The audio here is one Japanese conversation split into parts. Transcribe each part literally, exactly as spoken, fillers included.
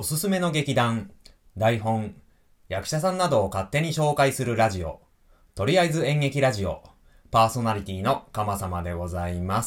おすすめの劇団、台本、役者さんなどを勝手に紹介するラジオ、とりあえず演劇ラジオ、パーソナリティのかまさまでございます。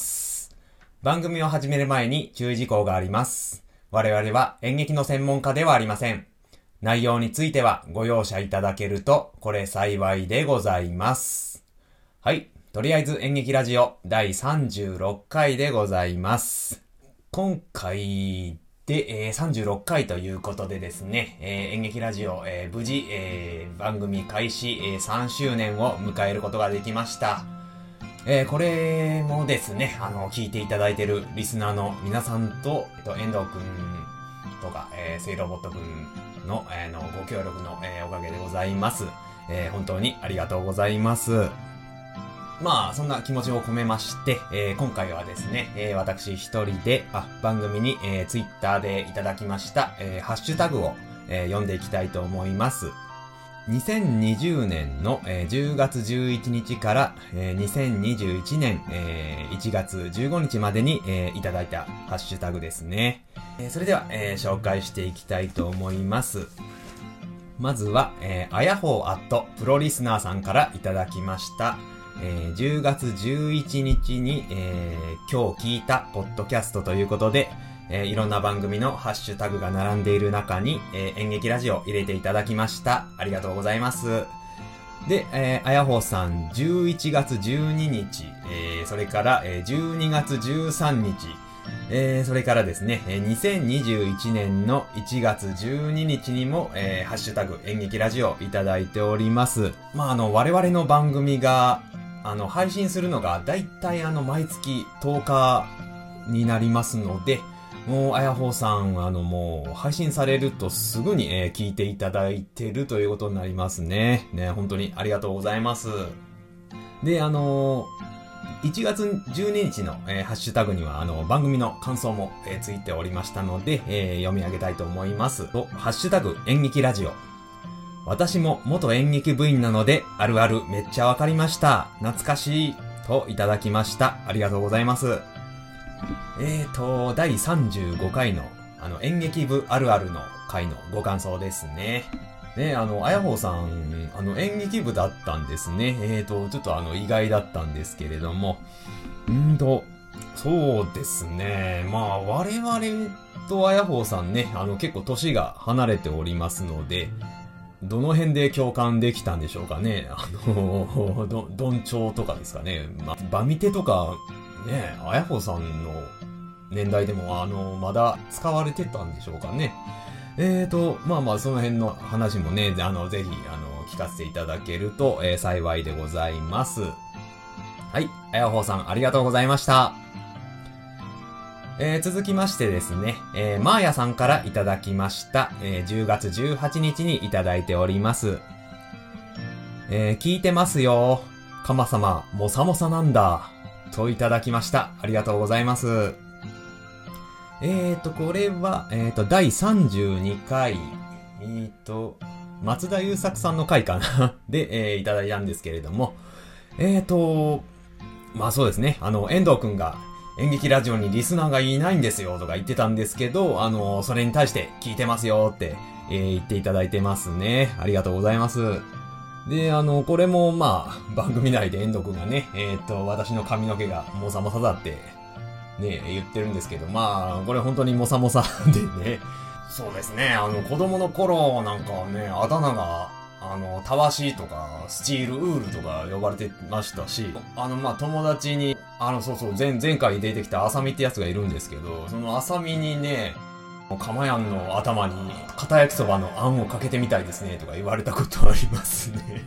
番組を始める前に注意事項があります。我々は演劇の専門家ではありません。内容についてはご容赦いただけるとこれ幸いでございます。はい、とりあえず演劇ラジオだいさんじゅうろっかいでございます。今回で、えー、さんじゅうろっかいということでですね、えー、演劇ラジオ、えー、無事、えー、番組開始、えー、さんしゅうねんを迎えることができました。えー、これもですね、あの、聞いていただいているリスナーの皆さんと、えっと、遠藤くんとか、えー、セイロボットくんの、えー、のご協力の、えー、おかげでございます。えー、本当にありがとうございます。まあ、そんな気持ちを込めまして、えー、今回はですね、えー、私一人で、あ、番組に、えー、ツイッターでいただきました、えー、ハッシュタグを、えー、読んでいきたいと思います。にせんにじゅうねんの、えー、じゅうがつじゅういちにちから、えー、にせんにじゅういちねん、えー、いちがつじゅうごにちまでに、えー、いただいたハッシュタグですね。えー、それでは、えー、紹介していきたいと思います。まずは、えー、あやほうアットプロリスナーさんからいただきました。えー、じゅうがつじゅういちにちに、えー、今日聞いたポッドキャストということで、えー、いろんな番組のハッシュタグが並んでいる中に、えー、演劇ラジオ入れていただきました。ありがとうございます。で、えー、あやほうさんじゅういちがつじゅうににち、えー、それから、えー、じゅうにがつじゅうさんにち、えー、それからですね、にせんにじゅういちねんのいちがつじゅうににちにも、えー、ハッシュタグ演劇ラジオいただいております。まあ、あの、我々の番組が、あの、配信するのが、だいたいあの、毎月とおかになりますので、もう、あやほうさん、あの、もう、配信されるとすぐに、えー、聞いていただいてるということになりますね。ね、本当にありがとうございます。で、あのー、いちがつじゅうににちの、えー、ハッシュタグには、あの、番組の感想も、えー、ついておりましたので、えー、読み上げたいと思います。と、ハッシュタグ演劇ラジオ。私も元演劇部員なので、あるあるめっちゃわかりました。懐かしい。といただきました。ありがとうございます。えーと、だいさんじゅうごかいの、あの、演劇部あるあるの回のご感想ですね。ね、あの、あやほうさん、あの、演劇部だったんですね。えーと、ちょっとあの、意外だったんですけれども。んーと、そうですね。まあ、我々とあやほうさんね、あの、結構年が離れておりますので、どの辺で共感できたんでしょうかね。あの、ど、どんちょうとかですかね。まあ、バミテとか、ね、あやほさんの年代でも、あの、まだ使われてたんでしょうかね。えーと、まあまあ、その辺の話もね、あの、ぜひ、あの、聞かせていただけると、えー、幸いでございます。はい、あやほさん、ありがとうございました。えー、続きましてですね、えー、マーヤさんからいただきました、えー、じゅうがつじゅうはちにちにいただいております。えー、聞いてますよ。かまさま、もさもさなんだ。といただきました。ありがとうございます。えーと、これは、えーと、だいさんじゅうにかい、えーと、松田優作さんの回かなで、えー、いただいたんですけれども、えーと、まあそうですね、あの、遠藤くんが、演劇ラジオにリスナーがいないんですよとか言ってたんですけど、あの、それに対して聞いてますよって、えー、言っていただいてますね。ありがとうございます。で、あの、これもまあ、番組内で遠藤くんがね、えー、っと、私の髪の毛がもさもさだって、ね、言ってるんですけど、まあ、これ本当にもさもさでね、そうですね、あの、子供の頃なんかはね、あだ名が、あの、たわしとか、スチールウールとか呼ばれてましたし、あの、まあ、友達に、あの、そうそう、前、前回出てきたあさみってやつがいるんですけど、そのあさみにね、かまやんの頭に、片焼きそばのあんをかけてみたいですね、とか言われたことありますね。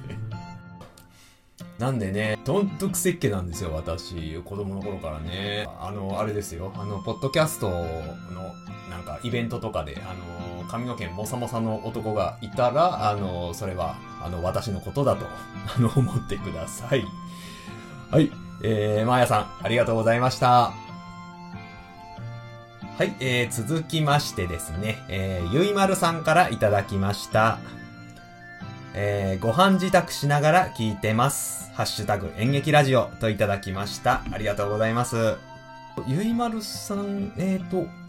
なんでね、どんとくせっけなんですよ、私。子供の頃からね。あの、あれですよ。あの、ポッドキャストの、なんか、イベントとかで、あの、髪の毛もさもさの男がいたら、あの、それは、あの、私のことだと、あの、思ってください。はい。えー、まーやさん、ありがとうございました。はい、えー、続きましてですね、えー、ゆいまるさんからいただきました。えー、ご飯支度しながら聞いてます。ハッシュタグ演劇ラジオといただきました。ありがとうございます。ゆいまるさん、えーと、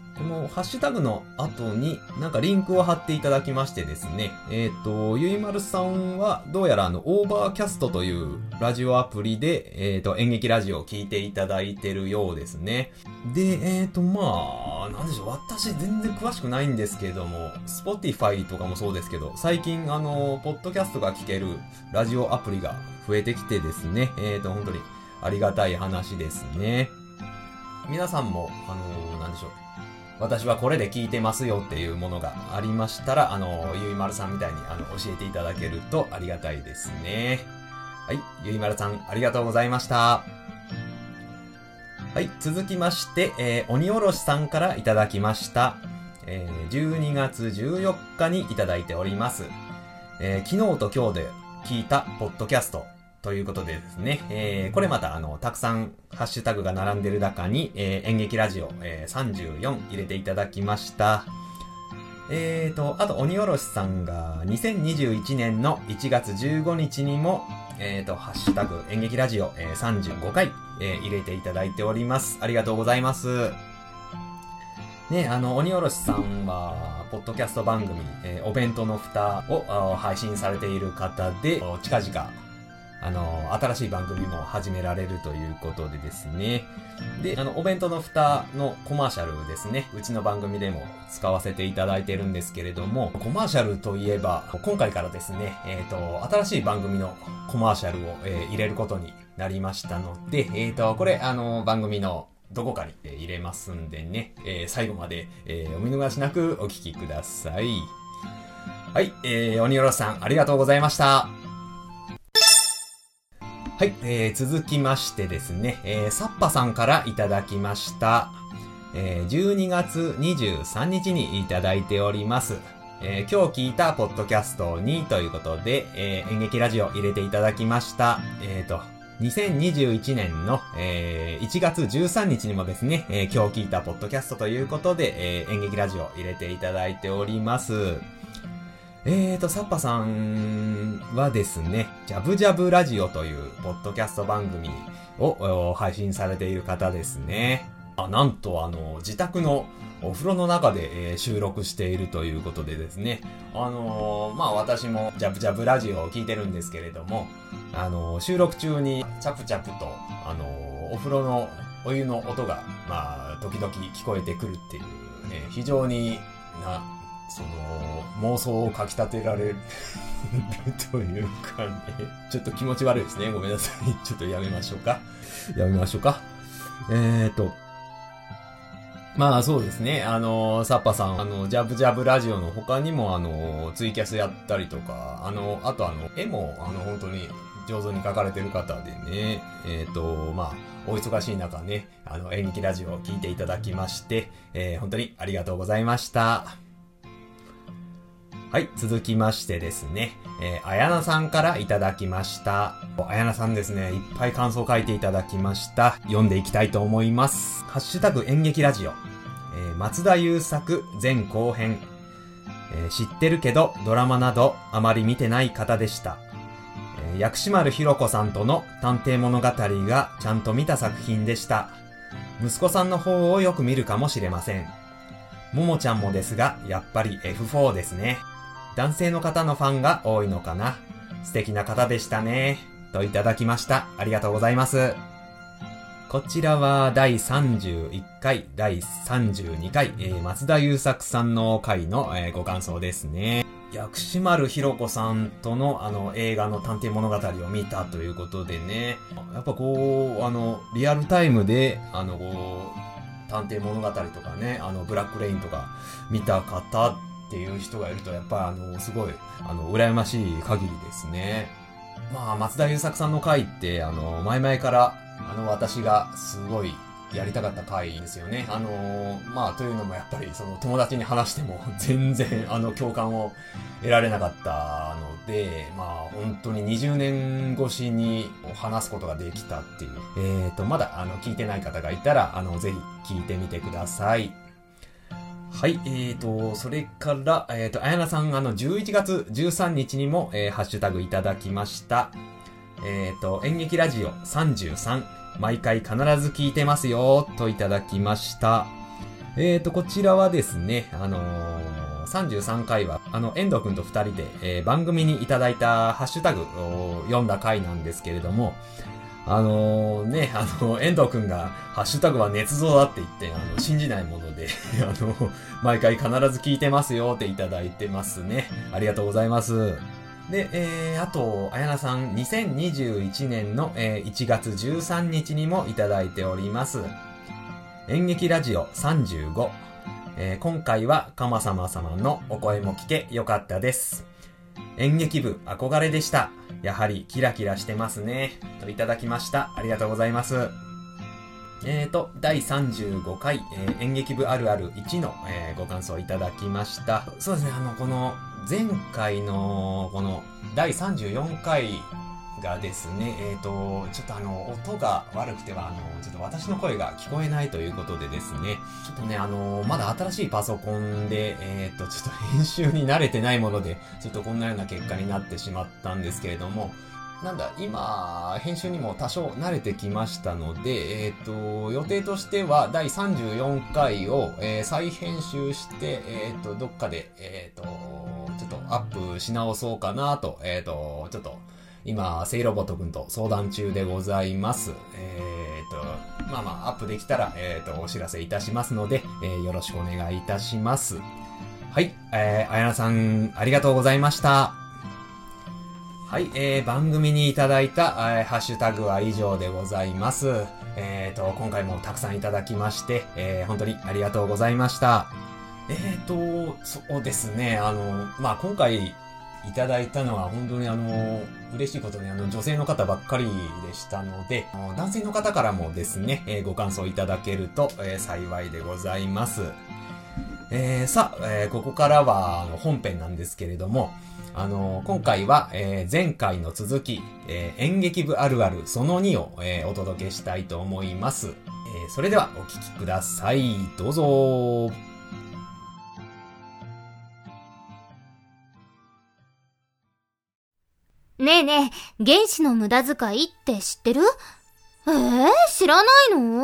このハッシュタグの後になんかリンクを貼っていただきましてですね、えっと、ゆいまるさんはどうやらあの、オーバーキャストというラジオアプリで、えっと、演劇ラジオを聞いていただいてるようですね。で、えっと、まあ、なんでしょう、私全然詳しくないんですけれども、Spotify とかもそうですけど、最近あの、ポッドキャストが聞けるラジオアプリが増えてきてですね、えっと、本当にありがたい話ですね。皆さんも、あの、なんでしょう、私はこれで聞いてますよっていうものがありましたら、あの、ゆいまるさんみたいにあの教えていただけるとありがたいですね。はい、ゆいまるさんありがとうございました。はい、続きまして、えー、鬼おろしさんからいただきました。えー、じゅうにがつじゅうよっかにいただいております。えー、昨日と今日で聞いたポッドキャスト。ということでですね、えー、これまたあの、たくさんハッシュタグが並んでる中に、えー、演劇ラジオ、えー、さんじゅうよん入れていただきました。えーと、あと、鬼おろしさんがにせんにじゅういちねんのいちがつじゅうごにちにも、えーと、ハッシュタグ演劇ラジオ、えー、さんじゅうごかい、えー、入れていただいております。ありがとうございます。ね、あの、鬼おろしさんは、ポッドキャスト番組、えー、お弁当の蓋を配信されている方で、近々、あの、新しい番組も始められるということでですね。で、あの、お弁当の蓋のコマーシャルですね。うちの番組でも使わせていただいてるんですけれども、コマーシャルといえば、今回からですね、えっと、新しい番組のコマーシャルを、えー、入れることになりましたので、えっと、これ、あの、番組のどこかに入れますんでね、えー、最後まで、えー、お見逃しなくお聞きください。はい、えー、鬼おろしさん、ありがとうございました。はい、えー、続きましてですね、えー、サッパさんからいただきました。えー、じゅうにがつにじゅうさんにちにいただいております。えー、今日聞いたポッドキャストにということで、えー、演劇ラジオ入れていただきました。えーと、にせんにじゅういちねんの、えー、いちがつじゅうさんにちにもですね、えー、今日聞いたポッドキャストということで、えー、演劇ラジオ入れていただいております。えーと、サッパさんはですね、ジャブジャブラジオというポッドキャスト番組を配信されている方ですね。あ、なんとあの、自宅のお風呂の中で、えー、収録しているということでですね、あのー、まあ私もジャブジャブラジオを聞いてるんですけれども、あのー、収録中にチャプチャプと、あのー、お風呂のお湯の音が、まあ、時々聞こえてくるっていうね、非常にな、その、妄想をかき立てられるというかね、ちょっと気持ち悪いですね。ごめんなさい。ちょっとやめましょうか。やめましょうか。えーと、まあそうですね。あの、サッパさん、あの、ジャブジャブラジオの他にも、あの、ツイキャスやったりとか、あの、あとあの、絵も、あの、本当に上手に描かれてる方でね、えーと、まあ、お忙しい中ね、あの、演劇ラジオを聞いていただきまして、えー、本当にありがとうございました。はい、続きましてですね、えー、あやなさんからいただきました。あやなさんですね、いっぱい感想書いていただきました。読んでいきたいと思います。ハッシュタグ演劇ラジオ、えー、松田優作前後編、えー、知ってるけどドラマなどあまり見てない方でした。えー、薬師丸ひろ子さんとの探偵物語がちゃんと見た作品でした。息子さんの方をよく見るかもしれません。ももちゃんもですが、やっぱり エフフォー ですね。男性の方のファンが多いのかな。素敵な方でしたね。といただきました。ありがとうございます。こちらはだいさんじゅういっかい、だいさんじゅうにかい、えー、松田優作さんの回の、えー、ご感想ですね。薬師丸ひろ子さんとのあの映画の探偵物語を見たということでね。やっぱこう、あの、リアルタイムで、あの、こう、探偵物語とかね、あの、ブラックレインとか見た方っていう人がいると、やっぱあの、すごい、あの、羨ましい限りですね。まあ、松田優作さんの回って、あの、前々から、あの、私がすごいやりたかった回ですよね。あの、まあ、というのもやっぱり、その、友達に話しても、全然、あの、共感を得られなかったので、まあ、本当ににじゅうねん越しに話すことができたっていう。えーと、まだ、あの、聞いてない方がいたら、あの、ぜひ聞いてみてください。はい、えーと、それから、えーと、あやなさん、あの、じゅういちがつじゅうさんにちにも、えー、ハッシュタグいただきました。えーと、演劇ラジオさんじゅうさん、毎回必ず聞いてますよ、といただきました。 えーと、こちらはですね、あのー、さんじゅうさんかいは、あの、遠藤くんとふたりで、えー、番組にいただいたハッシュタグを読んだ回なんですけれども、あのー、ね、あの、遠藤くんが、ハッシュタグは捏造だって言って、あの、信じないもので、あの、毎回必ず聞いてますよっていただいてますね。ありがとうございます。で、えー、あと、あやなさん、にせんにじゅういちねんの、えー、いちがつじゅうさんにちにもいただいております。演劇ラジオさんじゅうご、えー、今回はかまさま様のお声も聞けよかったです。演劇部憧れでした。やはりキラキラしてますね。といただきました。ありがとうございます。えーと、だいさんじゅうごかい、えー、演劇部あるあるいちの、えー、ご感想いただきました。そうですね、あの、この前回のこのだいさんじゅうよんかいがですね、えーと、ちょっとあの、音が悪くては、あの、ちょっと私の声が聞こえないということでですね、ちょっとね、あの、まだ新しいパソコンで、えーと、ちょっと編集に慣れてないもので、ちょっとこんなような結果になってしまったんですけれども、なんだ、今、編集にも多少慣れてきましたので、えっと、予定としてはだいさんじゅうよんかいを、えー、再編集して、えっと、どっかで、えっと、ちょっとアップし直そうかなと、えっと、ちょっと、今、セイロボットくんと相談中でございます。えっと、まあまあ、アップできたら、えっと、お知らせいたしますので、えー、よろしくお願いいたします。はい、えー、あやなさん、ありがとうございました。はい、えー、番組にいただいた、えー、ハッシュタグは以上でございます。えーと、今回もたくさんいただきまして、えー、本当にありがとうございました。えーと、そうですね、あの、まあ、今回いただいたのは本当にあの、嬉しいことにあの、女性の方ばっかりでしたので、男性の方からもですね、えー、ご感想いただけると、えー、幸いでございます。えー、さあ、えー、ここからは本編なんですけれども、あのー、今回は、えー、前回の続き、えー、演劇部あるあるそのにを、えー、お届けしたいと思います。えー、それではお聞きください。どうぞ。 ねえねえ、原子の無駄遣いって知ってる？えー、知らないの？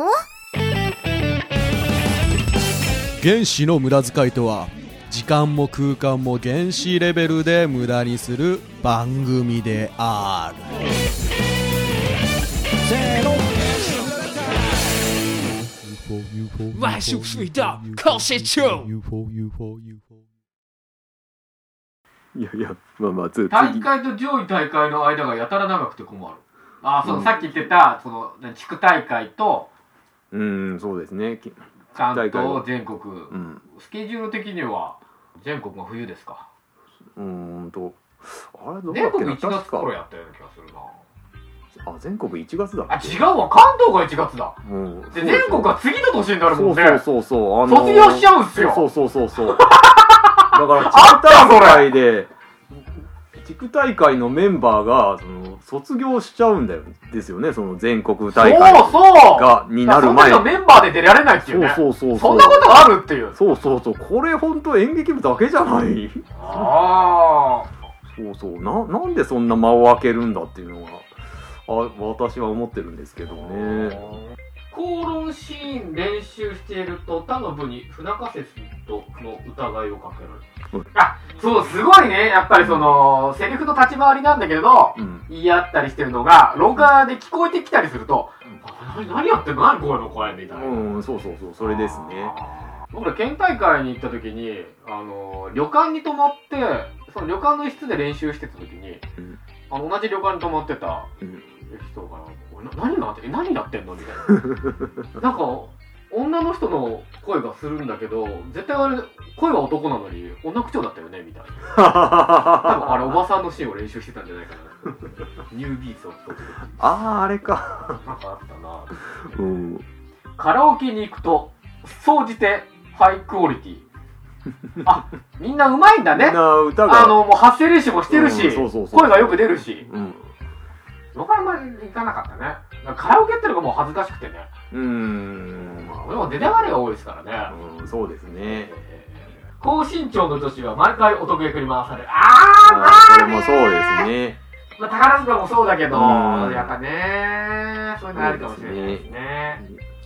原子の無駄遣いとは、時間も空間も原子レベルで無駄にする番組である。せーの。 来週水道更新中。 いやいや、まあまあ、つ大会と上位大会の間がやたら長くて困る。ああ、その、うん、さっき言ってたその地区大会と、 うん、そうですね。 関東全国、うん、スケジュール的には全国が冬ですか。 うーんと、あれどうだっけな。 全国いちがつ頃やったような気がするな。 あ、全国いちがつだっけ。 あ、違うわ、関東がいちがつだ。うん、で全国は次の年になるもんね。 そうそうそう、 あのー、卒業しちゃうんすよ。 そうそうそうそう。だから地区大会で地区大会のメンバーがその卒業しちゃうんだよですよね。その全国大会がそうそうになる前にそのメンバーで出られないっていうね。 そうそうそうそう。 そんなことがあるっていう。 そうそうそう。これ本当演劇部だけじゃない。 ああ。 そうそう。ななんでそんな間を空けるんだっていうのがあ私は思ってるんですけどね。 口論シーン練習していると他の部に不仲説との疑いをかけられる、うん、あ、そう、すごいね。やっぱりそのセリフの立ち回りなんだけれど、うん、言い合ったりしてるのが廊下で聞こえてきたりすると、うん、何やってんの、何声の声みたいな。 うん、そうそうそう、それですね。 僕ら県大会に行った時にあの旅館に泊まってその旅館の一室で練習してた時に、うん、あの同じ旅館に泊まってた人が、うん、な何があって何やってんのみたいななんか女の人の声がするんだけど絶対あれ声は男なのに女口調だったよねみたいな多分あれおばさんのシーンを練習してたんじゃないかなニュービーツを撮ってあああれかなんかあったな、 うん、 カラオケに行くと総じてハイクオリティあ、みんな上手いんだね。 みんな歌があのもう発声練習もしてるし、うん、そうそうそう声がよく出るし、うん、僕はあんまり行かなかったね。カラオケってのがもう恥ずかしくてね。うーん。でも出たがりが多いですからね。 うん、そうですね。えー、高身長の女子は毎回お得意に回される。あー、 まあ、これもそうですね。 まあ、宝塚もそうだけど、やっぱね、そういうのあるかもしれないですね。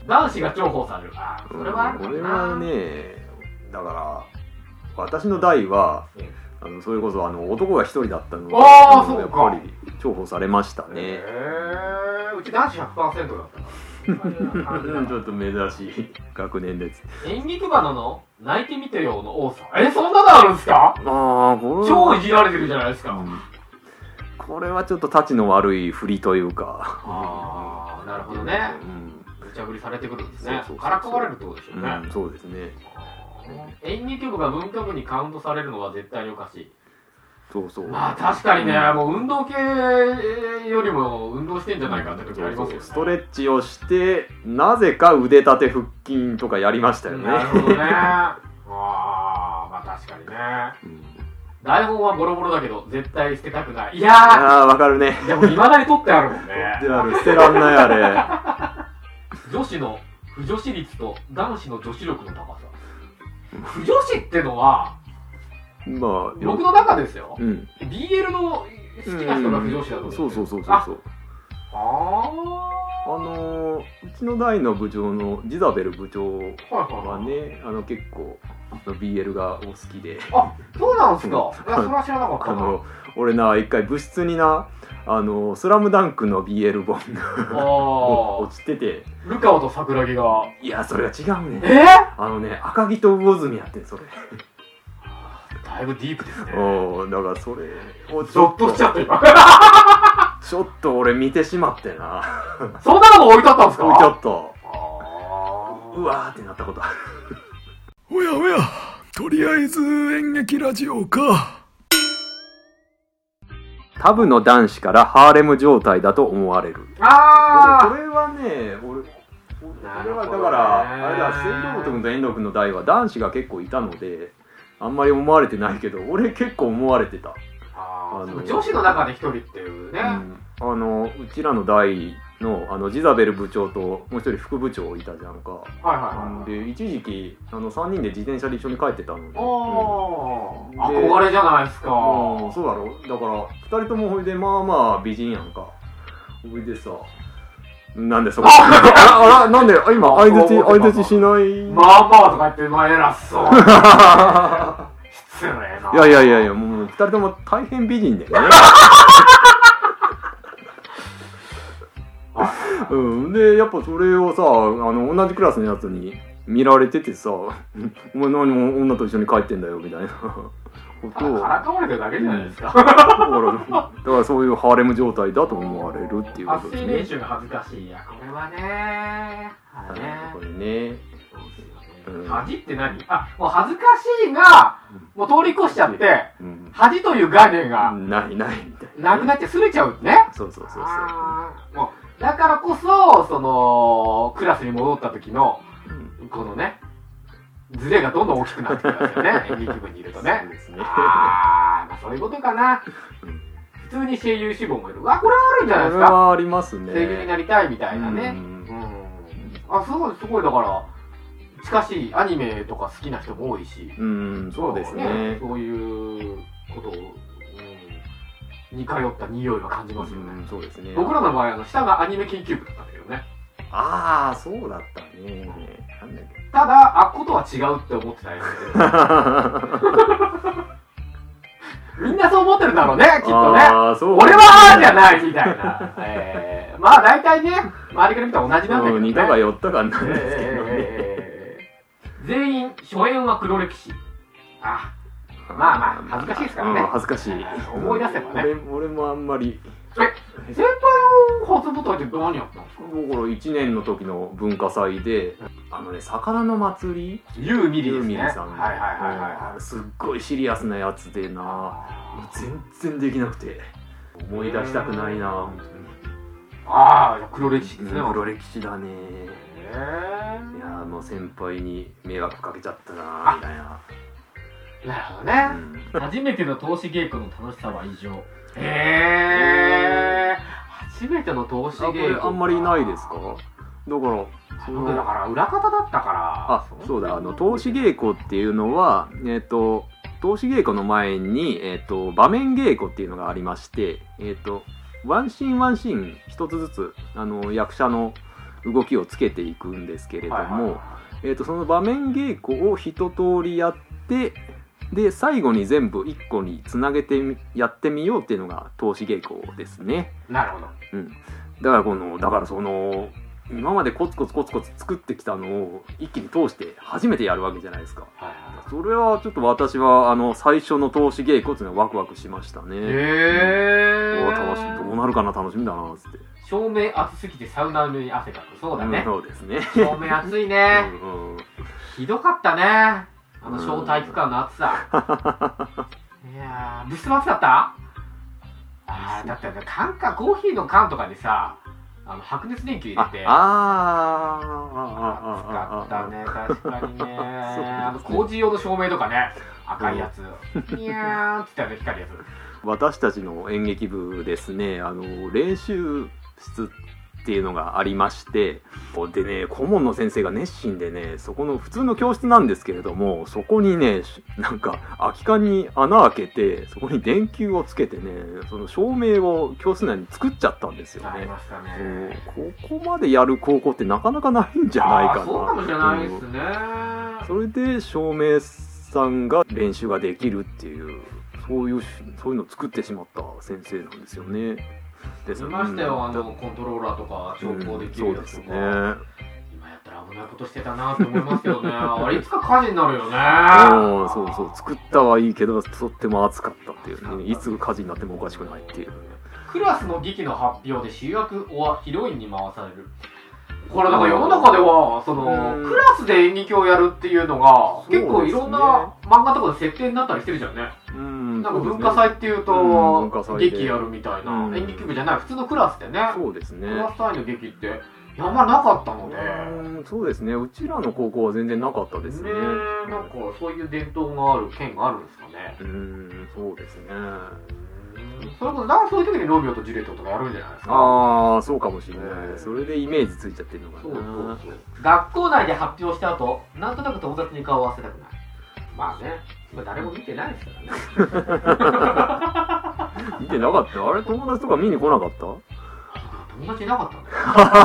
男子が重宝される。あそれはあるかな。 俺はね、だから私の代は、うん、あのそれこそあの男が一人だったので、 あそうか、 やっぱり重宝されましたね。 へー、うち男子 ひゃくパーセント だったからちょっと珍しい学年です。 演劇花の泣いてみてよの王さん。え、そんなのあるんですか？ ああ、これ超いじられてるじゃないですか。うん、 これはちょっとたちの悪い振りというか。 ああ、なるほどね。うん、無茶ぶりされてくるんですね。からかわれるってことでしょうね。 うん、そうですね。 演劇部が文化部にカウントされるのは絶対におかしい。 そうそう。 まあ確かにね、うん、もう運動系よりも運動してんじゃないかって時ありますよね。 ストレッチをしてなぜか腕立て腹筋とかやりましたよね。 なるほどね。ああ、まあ確かにね、うん、台本はボロボロだけど絶対捨てたくない。いやー、 あーわかるね。 でも未だに取ってあるもんね。 取ってある、捨てらんないあれ。 女子の不女子率と男子の女子力の高さ。不女子ってのはまあ、 僕の中ですよ、うん、ビーエル の好きな人が不女子だと思うんですよ、 うん、そうそうそうそう。 ああのー、うちの代の部長のジザベル部長はね、はいはい、あの結構 ビーエル がお好きで。 あ、そうなんですか。いや、それは知らなかったな。あの俺な、一回部室にな、あのスラムダンクの ビーエル 本が落ちてて、 ルカワと桜木が。 いや、それは違うね。 えー、 あのね、赤木と魚住やってん、それ。 だいぶディープですね。 おだからそれをちょっとしちゃって今ちょっと俺見てしまってな。 そんなのも置いてあったんですか？ 置いてあった。うわーってなったことある。 おやおや、とりあえず演劇ラジオか。 タブの男子からハーレム状態だと思われる。 ああ、 これはね、俺俺はだからあれだ、千堂君と遠藤君の代は男子が結構いたのであんまり思われてないけど、俺結構思われてた。 あの女子の中で一人っていうね、 うん、あのうちらの代のあのジザベル部長ともう一人副部長いたじゃんか。 はいはいはい。 で一時期あのさんにんで自転車で一緒に帰ってたので、 あ、うん、憧れじゃないですか。 うん、そうだろ。だからふたりともほいでまあまあ美人やんか。ほいでさ、なんでそこあら、なんで今相づち相づちしない。 まあまあとか言ってまあ偉そう失礼な。 いやいやいやいや、もうふたりとも大変美人でねうん、でやっぱそれをさ、あの同じクラスのやつに見られててさお前何も女と一緒に帰ってんだよみたいなことをからかわれてるだけじゃないですか、 うん、だからだからそういうハーレム状態だと思われるっていうことですね。 発声練習が恥ずかしい。いやこれはねー、ねこれね、 うん、恥って何？あ、もう恥ずかしいがもう通り越しちゃって、うん、恥という概念がないないみたいな、 なくなってすれちゃうね。 そうそうそうそう。 もうだからこそそのクラスに戻った時の、うん、このねズレがどんどん大きくなってきますよね演劇部にいるとね。そうですね。あー、まあそういうことかな。普通に声優志望もいる。あ、これはあるんじゃないですか。 これはありますね。 声優になりたいみたいなね。うん。うん、あ、すごいすごい、だから近しいアニメとか好きな人も多いし。 うん、そうですね。 そういうことを、うん、に通った匂いは感じますよね。うん、そうですね。僕らの場合あの下がアニメ研究部だったんだけどね。 ああ、そうだったね。なんだっけ。 ただ、あっことは違うって思ってたよ。みんなそう思ってるんだろうね、きっとね。俺はあーじゃないみたいな。えー、まあ大体ね、周りから見たら同じなんだけどね。 似たか寄ったかなんですけどね。 えー、全員、初演は黒歴史。あ、まあまあ、恥ずかしいですからね。 うん、恥ずかしい。 思い出せばね。 俺, 俺もあんまり。 え、先輩の初舞台って何やったんですか？ 僕らいちねんの時の文化祭で、あのね、魚の祭りユーミリですね。 ユーミリさん。 はいはいはいはい。 すっごいシリアスなやつでな、全然できなくて、思い出したくないな。 ああ、黒歴史ですね。 黒歴史だね。へー。いや、もう先輩に迷惑かけちゃったなみたいな。 なるほどね、うん、初めての通し稽古の楽しさは異常。へー、初めての通し稽古。 あ、これあんまりないですか？だから僕だから裏方だったから。 あ、そうだ、あの通し稽古っていうのは、えっと通し稽古の前に、えっと場面稽古っていうのがありまして、えっとワンシーンワンシーン一つずつあの役者の動きをつけていくんですけれども、 はいはいはい、 えーと、その場面稽古を一通りやってで最後に全部一個につなげてやってみようっていうのが通し稽古ですね。 なるほど、 うん、だからこのだからその今までコツコツコツコツ作ってきたのを一気に通して初めてやるわけじゃないですか。 はいはい、 それはちょっと私はあの最初の通し稽古っていうのはワクワクしましたね。 へー、 楽しい、どうなるかな、楽しみだなっつって。 照明熱すぎてサウナに汗かく。そうだね、 うん、そうですね。 照明熱いねうんうん、 ひどかったね、あの小体育館の暑さ。いやー、部室も暑かった。あー、だってね、缶かコーヒーの缶とかにさ、あの白熱電球入れて、 ああ暑かったね、確かにね。 そうですね、 あの工事用の照明とかね、赤いやつ、ニヤーンって言ったら光るやつ。 私たちの演劇部ですね、あの練習室っていうのがありまして、でね、顧問の先生が熱心でね、そこの普通の教室なんですけれども、そこにね、なんか空き缶に穴開けて、そこに電球をつけてね、その照明を教室内に作っちゃったんですよね。 ありましたね。 ここまでやる高校ってなかなかないんじゃないかな。 そうかもしれないですね。 うん、それで照明さんが練習ができるっていう、そういうそういうのを作ってしまった先生なんですよね。 見ましたよ、あのコントローラーとか調光できるやつとか、うん、ね、今やったら危ないことしてたなって思いますけどね。あれいつか火事になるよね。 うん、そうそう、作ったはいいけどとっても暑かったっていうね、いつ火事になってもおかしくないっていう。 クラスの劇の発表で主役はヒロインに回される。これなんか世の中ではそのクラスで演劇をやるっていうのが結構いろんな漫画とかで設定になったりしてるじゃんね。うん、なんか文化祭っていうと、うん、劇やるみたいな、うん、演劇部じゃない普通のクラスでね。 そうですね。 クラス単位の劇ってあんまなかったので。 うん、そうですね。うちらの高校は全然なかったですね。ね、 なんかそういう伝統がある県があるんですかね。 うん、そうですね。 それこそなんかそういう時にロミオとジュリエットとかやるんじゃないですか。 ああ、そうかもしれない。それでイメージついちゃってるのかな。そうそうそう。学校内で発表した後、なんとなく友達に顔を合わせたくない。まあね、まあ、誰も見てないですからね。見てなかった。あれ、友達とか見に来なかった？友達いなかったんだよ。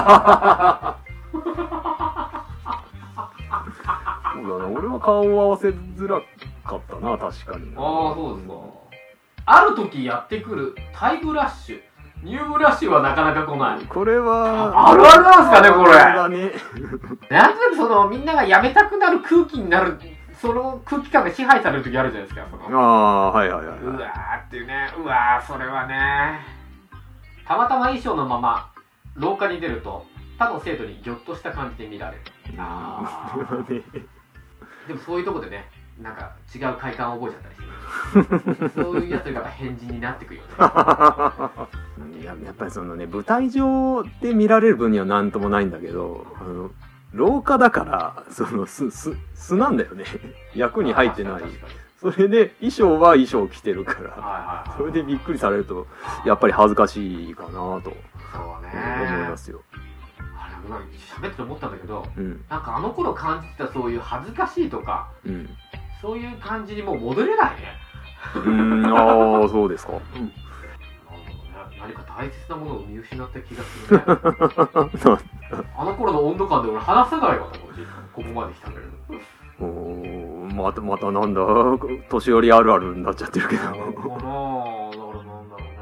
そうだね。俺は顔を合わせづらかったな、確かに。 ああ、そうですか。ある時やってくるタイムラッシュ、ニュームラッシュはなかなか来ない。 これはあるあるなんですかね、これ。 だね。 なんとなくそのみんながやめたくなる空気になる、その空気感が支配される時あるじゃないですか。そのああー、はいはいはい、はい。 うわーっていうね、うわーそれはね。たまたま衣装のまま廊下に出ると他の生徒にギョッとした感じで見られる。ああ。ね、でもそういうとこでね。なんか違う快感を覚えちゃったりしてそういうやつが変人になってくるよね。 いや、やっぱりそのね、舞台上で見られる分には何ともないんだけど、あの廊下だからその素素なんだよね。役に入ってない。それで衣装は衣装着てるから、はいはいはい、それでびっくりされるとやっぱり恥ずかしいかなと、そうね、思いますよ。 あれ喋ってて思ったんだけど、うん、なんかあの頃感じたそういう恥ずかしいとか、うん、そういう感じにもう戻れないね。 うーん、ああ、そうですか。うん、 何か大切なものを見失った気がするね。あの頃の温度感で俺話せないわと思って、ここまで来たけど。 おー、またまたなんだ、年寄りあるあるになっちゃってるけど。なるほどな、だからなんだろうね。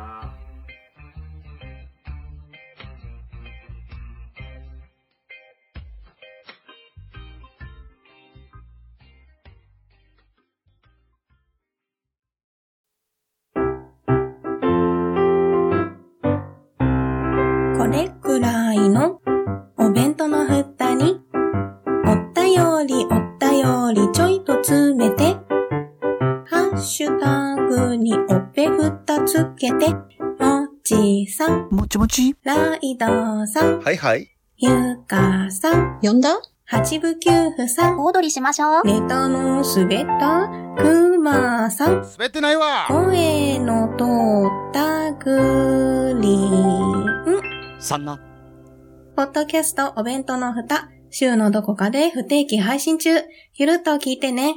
これくらいのお弁当の蓋におったよりおったよりちょいと詰めてハッシュタグにおっぺふたつけてもちさんもちもちライドさんはいはいゆかさん呼んだ八部九夫さん小躍りしましょうネタの滑ったくまさん滑ってないわ声の通ったグリーンさんなポッドキャストお弁当の蓋週のどこかで不定期配信中ゆるっと聞いてね。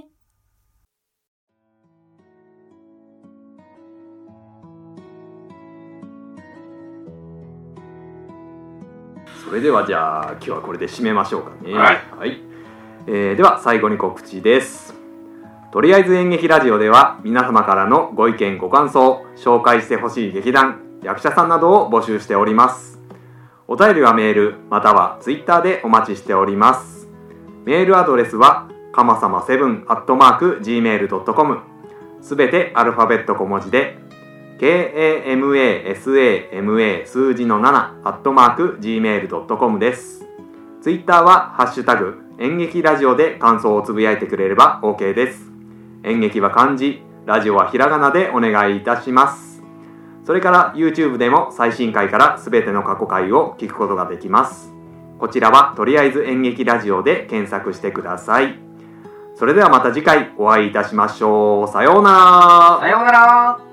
それではじゃあ今日はこれで締めましょうかね。 はい、 はい、えー、では最後に告知です。とりあえず演劇ラジオでは皆様からのご意見ご感想、紹介してほしい劇団、役者さんなどを募集しております。お便りはメールまたはツイッターでお待ちしております。メールアドレスはかまさまセブンアットマーク ジーメールドットコム、 すべてアルファベット小文字で ケーエーエムエーエスエーエムエー 数字のななアットマーク ジーメールドットコム です。ツイッターはハッシュタグ演劇ラジオで感想をつぶやいてくれれば OK です。演劇は漢字、ラジオはひらがなでお願いいたします。それから YouTube でも最新回からすべての過去回を聞くことができます。こちらはとりあえず演劇ラジオで検索してください。それではまた次回お会いいたしましょう。さようなら。 さようなら。